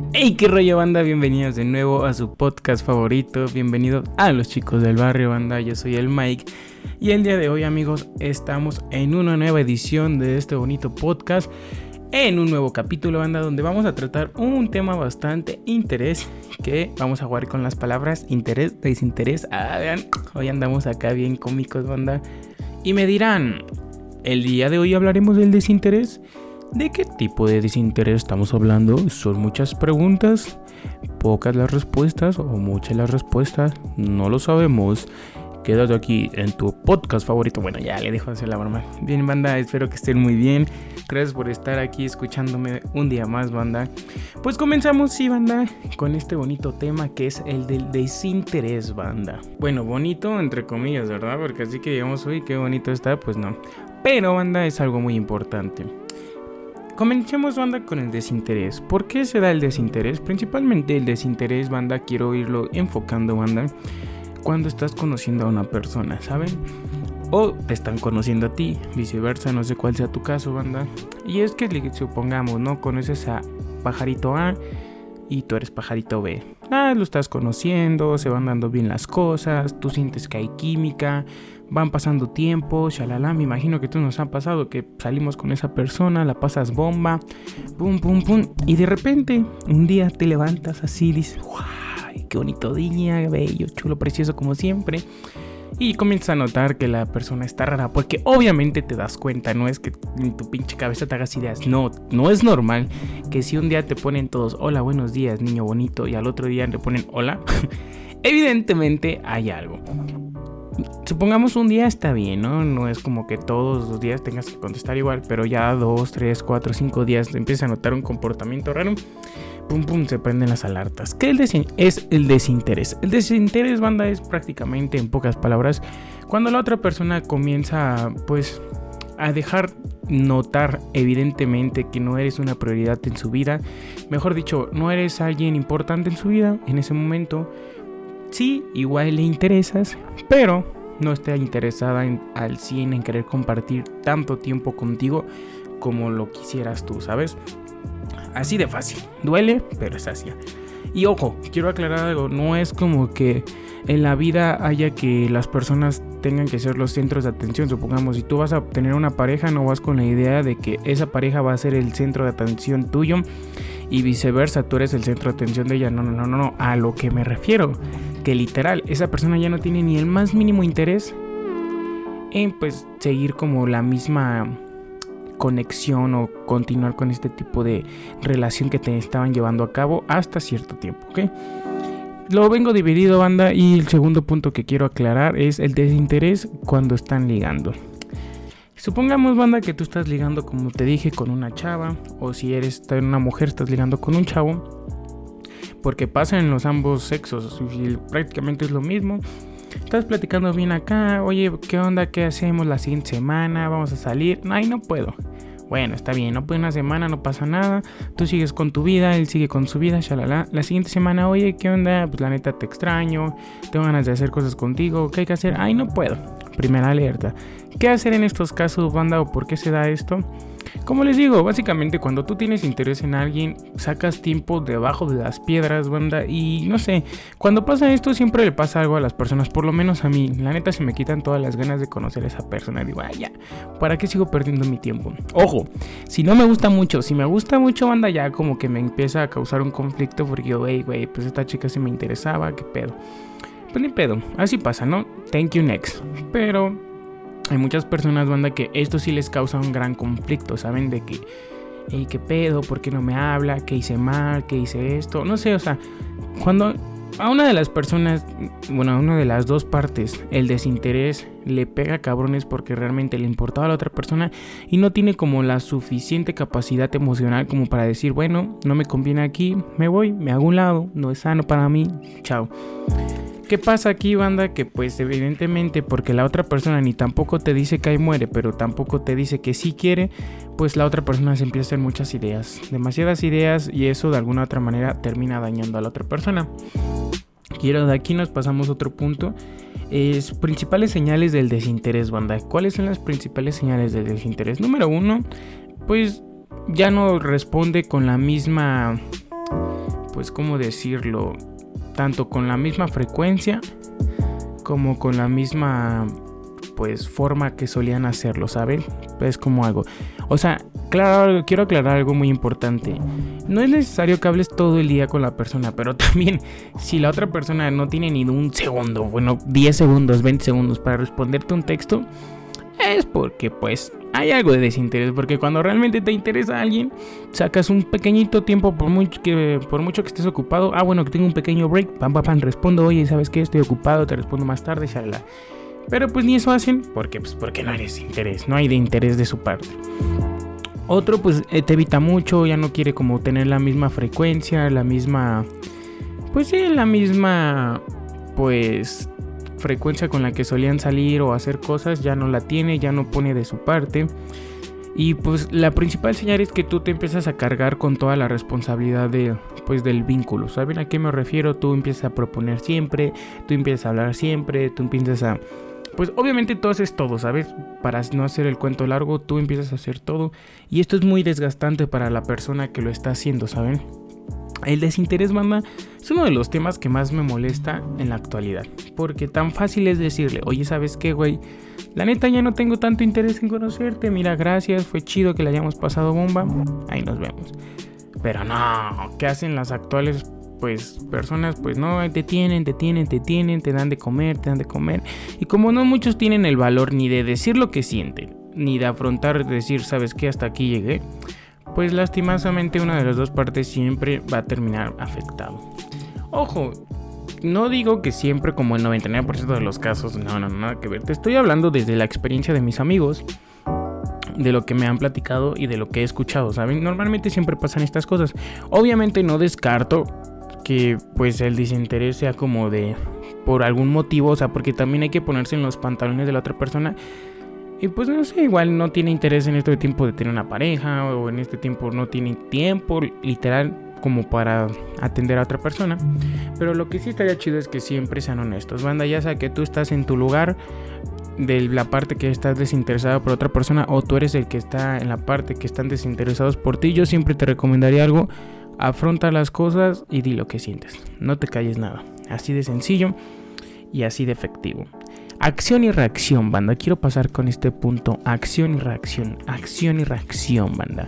Hey, qué rollo, banda, bienvenidos de nuevo a su podcast favorito. Bienvenidos a los chicos del barrio, banda. Yo soy el Mike y el día de hoy, amigos, estamos en una nueva edición de este bonito podcast, en un nuevo capítulo, banda, donde vamos a tratar un tema bastante interés, que vamos a jugar con las palabras interés, desinterés. Vean, hoy andamos acá bien cómicos, banda. Y me dirán, el día de hoy hablaremos del desinterés. ¿De qué tipo de desinterés estamos hablando? Son muchas preguntas, pocas las respuestas o muchas las respuestas, no lo sabemos. Quédate aquí en tu podcast favorito. Bueno, ya le dejo hacer la broma. Bien, banda, espero que estén muy bien. Gracias por estar aquí escuchándome un día más, banda. Pues comenzamos, sí, banda, con este bonito tema que es el del desinterés, banda. Bueno, bonito entre comillas, ¿verdad? Porque así que digamos, uy, qué bonito está, pues no. Pero, banda, es algo muy importante. Comencemos, banda, con el desinterés. ¿Por qué se da el desinterés? Principalmente el desinterés, banda, quiero irlo enfocando, banda, cuando estás conociendo a una persona, ¿saben? O te están conociendo a ti, viceversa, no sé cuál sea tu caso, banda. Y es que, supongamos, ¿no? Conoces a pajarito A y tú eres pajarito B. Lo estás conociendo, se van dando bien las cosas, tú sientes que hay química, van pasando tiempo, shalala. Me imagino que tú nos ha pasado que salimos con esa persona, la pasas bomba, pum, pum, pum, y de repente un día te levantas así y dices, ¡guau! ¡Qué bonito día, bello, chulo, precioso como siempre! Y comienzas a notar que la persona está rara, porque obviamente te das cuenta, no es que en tu pinche cabeza te hagas ideas, no es normal que si un día te ponen todos, hola, buenos días, niño bonito, y al otro día te ponen, hola, evidentemente hay algo. Supongamos un día está bien, ¿no? No es como que todos los días tengas que contestar igual, pero ya 2, 3, 4, 5 días te empiezas a notar un comportamiento raro, pum, pum, se prenden las alertas. ¿Qué es el desinterés? El desinterés, banda, es prácticamente, en pocas palabras, cuando la otra persona comienza, pues, a dejar notar evidentemente que no eres una prioridad en su vida. Mejor dicho, no eres alguien importante en su vida en ese momento. Sí, igual le interesas, pero no está interesada al 100 en querer compartir tanto tiempo contigo como lo quisieras tú, ¿sabes? Así de fácil, duele, pero es así. Y ojo, quiero aclarar algo, no es como que en la vida haya que las personas tengan que ser los centros de atención. Supongamos, si tú vas a tener una pareja, no vas con la idea de que esa pareja va a ser el centro de atención tuyo y viceversa, tú eres el centro de atención de ella. No, a lo que me refiero, que literal, esa persona ya no tiene ni el más mínimo interés en, pues, seguir como la misma conexión o continuar con este tipo de relación que te estaban llevando a cabo hasta cierto tiempo, ¿ok? Lo vengo dividido, banda, y el segundo punto que quiero aclarar es el desinterés cuando están ligando. Supongamos, banda, que tú estás ligando, como te dije, con una chava, o si eres una mujer, estás ligando con un chavo, porque pasa en los ambos sexos, y prácticamente es lo mismo. Estás platicando bien acá, oye, ¿qué onda? ¿Qué hacemos la siguiente semana? ¿Vamos a salir? Ay, no puedo. Bueno, está bien, no puede una semana, no pasa nada. Tú sigues con tu vida, él sigue con su vida, shalala. La siguiente semana, oye, ¿qué onda? Pues la neta te extraño, tengo ganas de hacer cosas contigo, ¿qué hay que hacer? Ay, no puedo. Primera alerta. ¿Qué hacer en estos casos, banda, o por qué se da esto? Como les digo, básicamente cuando tú tienes interés en alguien, sacas tiempo debajo de las piedras, banda, y no sé, cuando pasa esto siempre le pasa algo a las personas, por lo menos a mí, la neta se me quitan todas las ganas de conocer a esa persona, digo, ya, ¿para qué sigo perdiendo mi tiempo? Ojo, si no me gusta mucho, si me gusta mucho, banda, ya como que me empieza a causar un conflicto, porque yo, güey, pues esta chica sí me interesaba, ¿qué pedo? Pues ni pedo, así pasa, ¿no? Thank you, next. Pero hay muchas personas, banda, que esto sí les causa un gran conflicto, ¿saben? De que, hey, ¿qué pedo? ¿Por qué no me habla? ¿Qué hice mal? ¿Qué hice esto? No sé, o sea, cuando a una de las personas, bueno, a una de las dos partes, el desinterés le pega cabrones porque realmente le importaba a la otra persona y no tiene como la suficiente capacidad emocional como para decir, bueno, no me conviene aquí, me voy, me hago un lado, no es sano para mí, chao. ¿Qué pasa aquí, banda? Que pues evidentemente porque la otra persona ni tampoco te dice que ahí muere, pero tampoco te dice que sí quiere, pues la otra persona se empieza a hacer muchas ideas, demasiadas ideas, y eso de alguna otra manera termina dañando a la otra persona. Quiero, de aquí nos pasamos a otro punto, es principales señales del desinterés, banda. ¿Cuáles son las principales señales del desinterés? Número 1, pues ya no responde con la misma pues, ¿cómo decirlo? Tanto con la misma frecuencia como con la misma, pues, forma que solían hacerlo, ¿saben? Es como algo, o sea, claro, quiero aclarar algo muy importante. No es necesario que hables todo el día con la persona, pero también si la otra persona no tiene ni un segundo, bueno, 10 segundos, 20 segundos para responderte un texto, es porque pues hay algo de desinterés. Porque cuando realmente te interesa a alguien, sacas un pequeñito tiempo, por mucho que estés ocupado. Bueno, que tengo un pequeño break, pam, respondo, oye, ¿sabes qué? Estoy ocupado, te respondo más tarde, shalala. Pero pues ni eso hacen, porque no eres interés, no hay de interés de su parte. Otro pues te evita mucho, ya no quiere como tener la misma frecuencia, la misma frecuencia con la que solían salir o hacer cosas, ya no la tiene, ya no pone de su parte. Y pues la principal señal es que tú te empiezas a cargar con toda la responsabilidad del vínculo. ¿Saben a qué me refiero? Tú empiezas a proponer siempre, tú empiezas a hablar siempre, tú empiezas a... Pues obviamente tú haces todo, ¿sabes? Para no hacer el cuento largo, tú empiezas a hacer todo. Y esto es muy desgastante para la persona que lo está haciendo, ¿saben? El desinterés, banda, es uno de los temas que más me molesta en la actualidad. Porque tan fácil es decirle, oye, ¿sabes qué, güey? La neta ya no tengo tanto interés en conocerte. Mira, gracias, fue chido que le hayamos pasado bomba. Ahí nos vemos. Pero no, ¿qué hacen las actuales personas? Pues no, te tienen, te dan de comer. Y como no muchos tienen el valor ni de decir lo que sienten, ni de afrontar, decir, ¿sabes qué? Hasta aquí llegué. Pues lastimosamente una de las dos partes siempre va a terminar afectado. Ojo, no digo que siempre, como el 99% de los casos, no, nada que ver. Te estoy hablando desde la experiencia de mis amigos, de lo que me han platicado y de lo que he escuchado, ¿saben? Normalmente siempre pasan estas cosas. Obviamente no descarto que pues el desinterés sea como por algún motivo, o sea, porque también hay que ponerse en los pantalones de la otra persona. Y pues no sé, igual no tiene interés en este tiempo de tener una pareja, o en este tiempo no tiene tiempo literal como para atender a otra persona. Pero lo que sí estaría chido es que siempre sean honestos, banda, ya sea que tú estás en tu lugar de la parte que estás desinteresada por otra persona, o tú eres el que está en la parte que están desinteresados por ti. Yo siempre te recomendaría algo: afronta las cosas y di lo que sientes, no te calles nada. Así de sencillo y así de efectivo. Acción y reacción, banda. Quiero pasar con este punto. Acción y reacción, banda.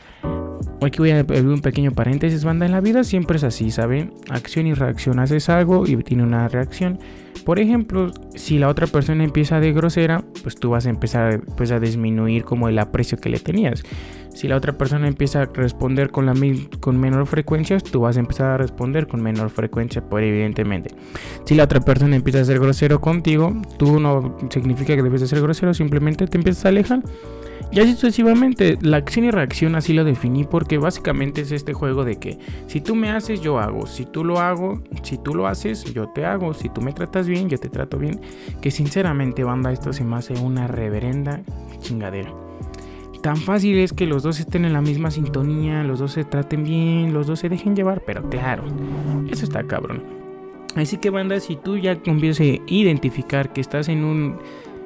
Aquí voy a abrir un pequeño paréntesis, banda. En la vida siempre es así, ¿saben? Acción y reacción. Haces algo y tiene una reacción. Por ejemplo, si la otra persona empieza de grosera, pues tú vas a empezar pues a disminuir como el aprecio que le tenías. Si la otra persona empieza a responder con menor frecuencia, tú vas a empezar a responder con menor frecuencia, pues evidentemente. Si la otra persona empieza a ser grosero contigo, tú no significa que debes de ser grosero, simplemente te empiezas a alejar. Y así sucesivamente. La acción y reacción así lo definí, porque básicamente es este juego de que si tú me haces, yo hago. Si tú lo haces, yo te hago. Si tú me tratas bien, yo te trato bien. Que sinceramente, banda, esto se me hace una reverenda chingadera. Tan fácil es que los dos estén en la misma sintonía, los dos se traten bien, los dos se dejen llevar, pero claro, eso está cabrón. Así que, banda, si tú ya empiezas a identificar que estás en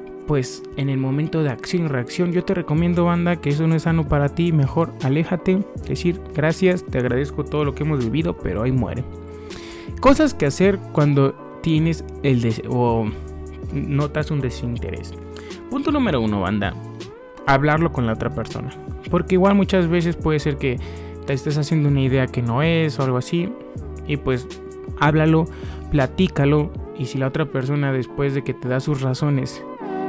el momento de acción y reacción, yo te recomiendo, banda, que eso no es sano para ti. Mejor aléjate, decir gracias, te agradezco todo lo que hemos vivido, pero ahí muere. Cosas que hacer cuando tienes o notas un desinterés. Punto número 1, banda: hablarlo con la otra persona. Porque igual muchas veces puede ser que te estés haciendo una idea que no es o algo así, y pues háblalo, platícalo. Y si la otra persona, después de que te da sus razones,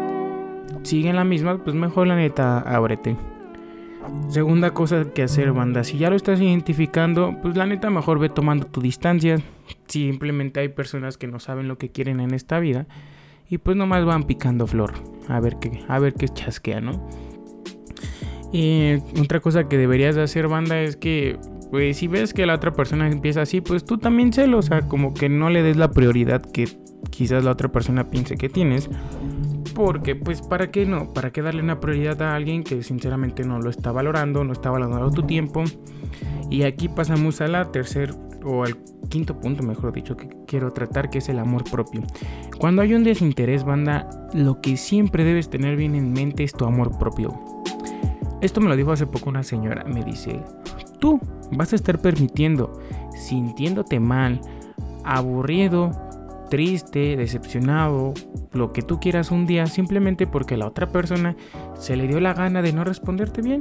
sigue en la misma, pues mejor, la neta, ábrete. Segunda cosa que hacer, banda: si ya lo estás identificando, pues la neta, mejor ve tomando tu distancia. Simplemente hay personas que no saben lo que quieren en esta vida y pues nomás van picando flor a ver qué chasquea, ¿no? Y otra cosa que deberías de hacer, banda, es que pues si ves que la otra persona empieza así, pues tú también sélo. O sea, como que no le des la prioridad que quizás la otra persona piense que tienes. Porque pues ¿para qué no? ¿Para qué darle una prioridad a alguien que sinceramente no lo está valorando, no está valorando tu tiempo? Y aquí pasamos a la al quinto punto, mejor dicho, que quiero tratar, que es el amor propio. Cuando hay un desinterés, banda, lo que siempre debes tener bien en mente es tu amor propio. Esto me lo dijo hace poco una señora. Me dice: tú vas a estar permitiendo sintiéndote mal, aburrido, triste, decepcionado, lo que tú quieras un día, simplemente porque la otra persona se le dio la gana de no responderte bien.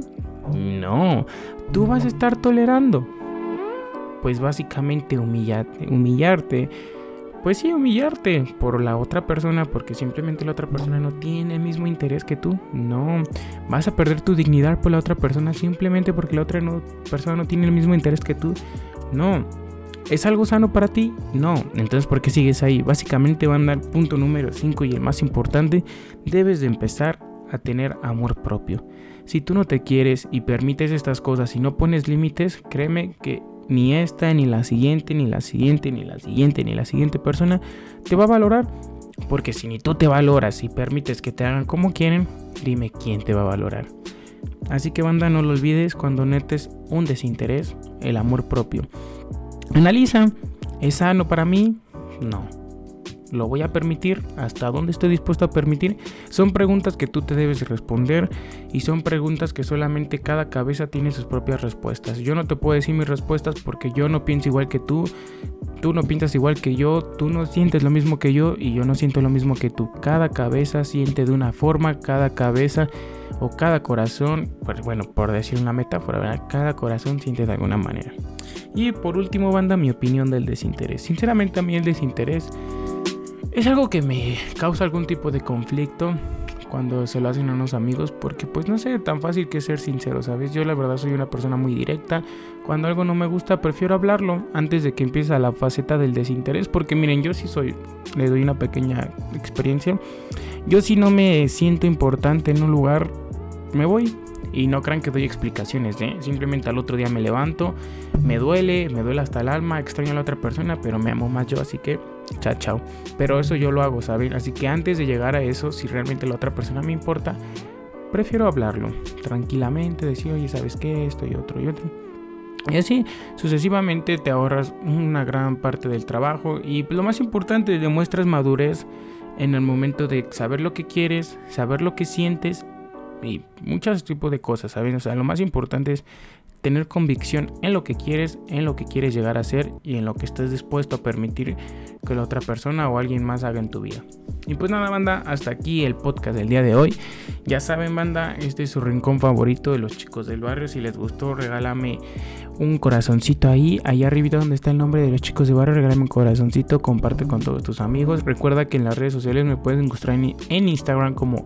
No, tú vas a estar tolerando. Pues básicamente humillarte. Pues sí, humillarte por la otra persona, porque simplemente la otra persona no tiene el mismo interés que tú. No, vas a perder tu dignidad por la otra persona simplemente porque la otra persona no tiene el mismo interés que tú. No, ¿es algo sano para ti? No, entonces ¿por qué sigues ahí? Básicamente van a dar punto número 5 y el más importante, debes de empezar a tener amor propio. Si tú no te quieres y permites estas cosas y no pones límites, créeme que ni esta, ni la siguiente, ni la siguiente, ni la siguiente, ni la siguiente persona te va a valorar. Porque si ni tú te valoras y permites que te hagan como quieren, dime quién te va a valorar. Así que banda, no lo olvides cuando notes un desinterés, el amor propio. Analiza, ¿es sano para mí? No. ¿Lo voy a permitir? ¿Hasta dónde estoy dispuesto a permitir? Son preguntas que tú te debes responder y son preguntas que solamente cada cabeza tiene sus propias respuestas. Yo no te puedo decir mis respuestas porque yo no pienso igual que tú no piensas igual que yo, tú no sientes lo mismo que yo y yo no siento lo mismo que tú. Cada cabeza siente de una forma, cada cabeza o cada corazón, pues bueno, por decir una metáfora, ¿verdad? Cada corazón siente de alguna manera. Y por último, banda, mi opinión del desinterés. Sinceramente a mí el desinterés es algo que me causa algún tipo de conflicto cuando se lo hacen a unos amigos, porque pues no sé, tan fácil que ser sincero, ¿sabes? Yo la verdad soy una persona muy directa. Cuando algo no me gusta prefiero hablarlo antes de que empiece la faceta del desinterés, porque miren, yo sí les doy una pequeña experiencia. Yo si no me siento importante en un lugar, me voy. Y no crean que doy explicaciones, simplemente al otro día me levanto, me duele hasta el alma, extraño a la otra persona, pero me amo más yo, así que chao. Pero eso yo lo hago, ¿saben? Así que antes de llegar a eso, si realmente la otra persona me importa, prefiero hablarlo tranquilamente, decir, oye, ¿sabes qué? Esto y otro. Y así sucesivamente te ahorras una gran parte del trabajo y lo más importante, demuestras madurez en el momento de saber lo que quieres, saber lo que sientes y muchos tipos de cosas, ¿sabes? O sea, lo más importante es tener convicción en lo que quieres llegar a ser y en lo que estés dispuesto a permitir que la otra persona o alguien más haga en tu vida. Y pues nada, banda, hasta aquí el podcast del día de hoy. Ya saben, banda, este es su rincón favorito de los chicos del barrio. Si les gustó, regálame un corazoncito ahí arribita donde está el nombre de los chicos del barrio. Regálame un corazoncito, comparte con todos tus amigos. Recuerda que en las redes sociales me puedes encontrar en Instagram como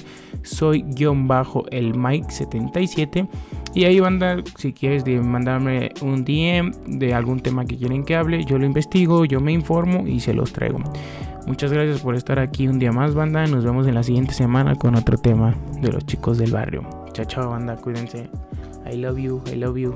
@soy_elmike77. Y ahí, banda, si quieres mandarme un DM de algún tema que quieren que hable, yo lo investigo, yo me informo y se los traigo. Muchas gracias por estar aquí un día más, banda. Nos vemos en la siguiente semana con otro tema de los chicos del barrio. Chao, banda. Cuídense. I love you.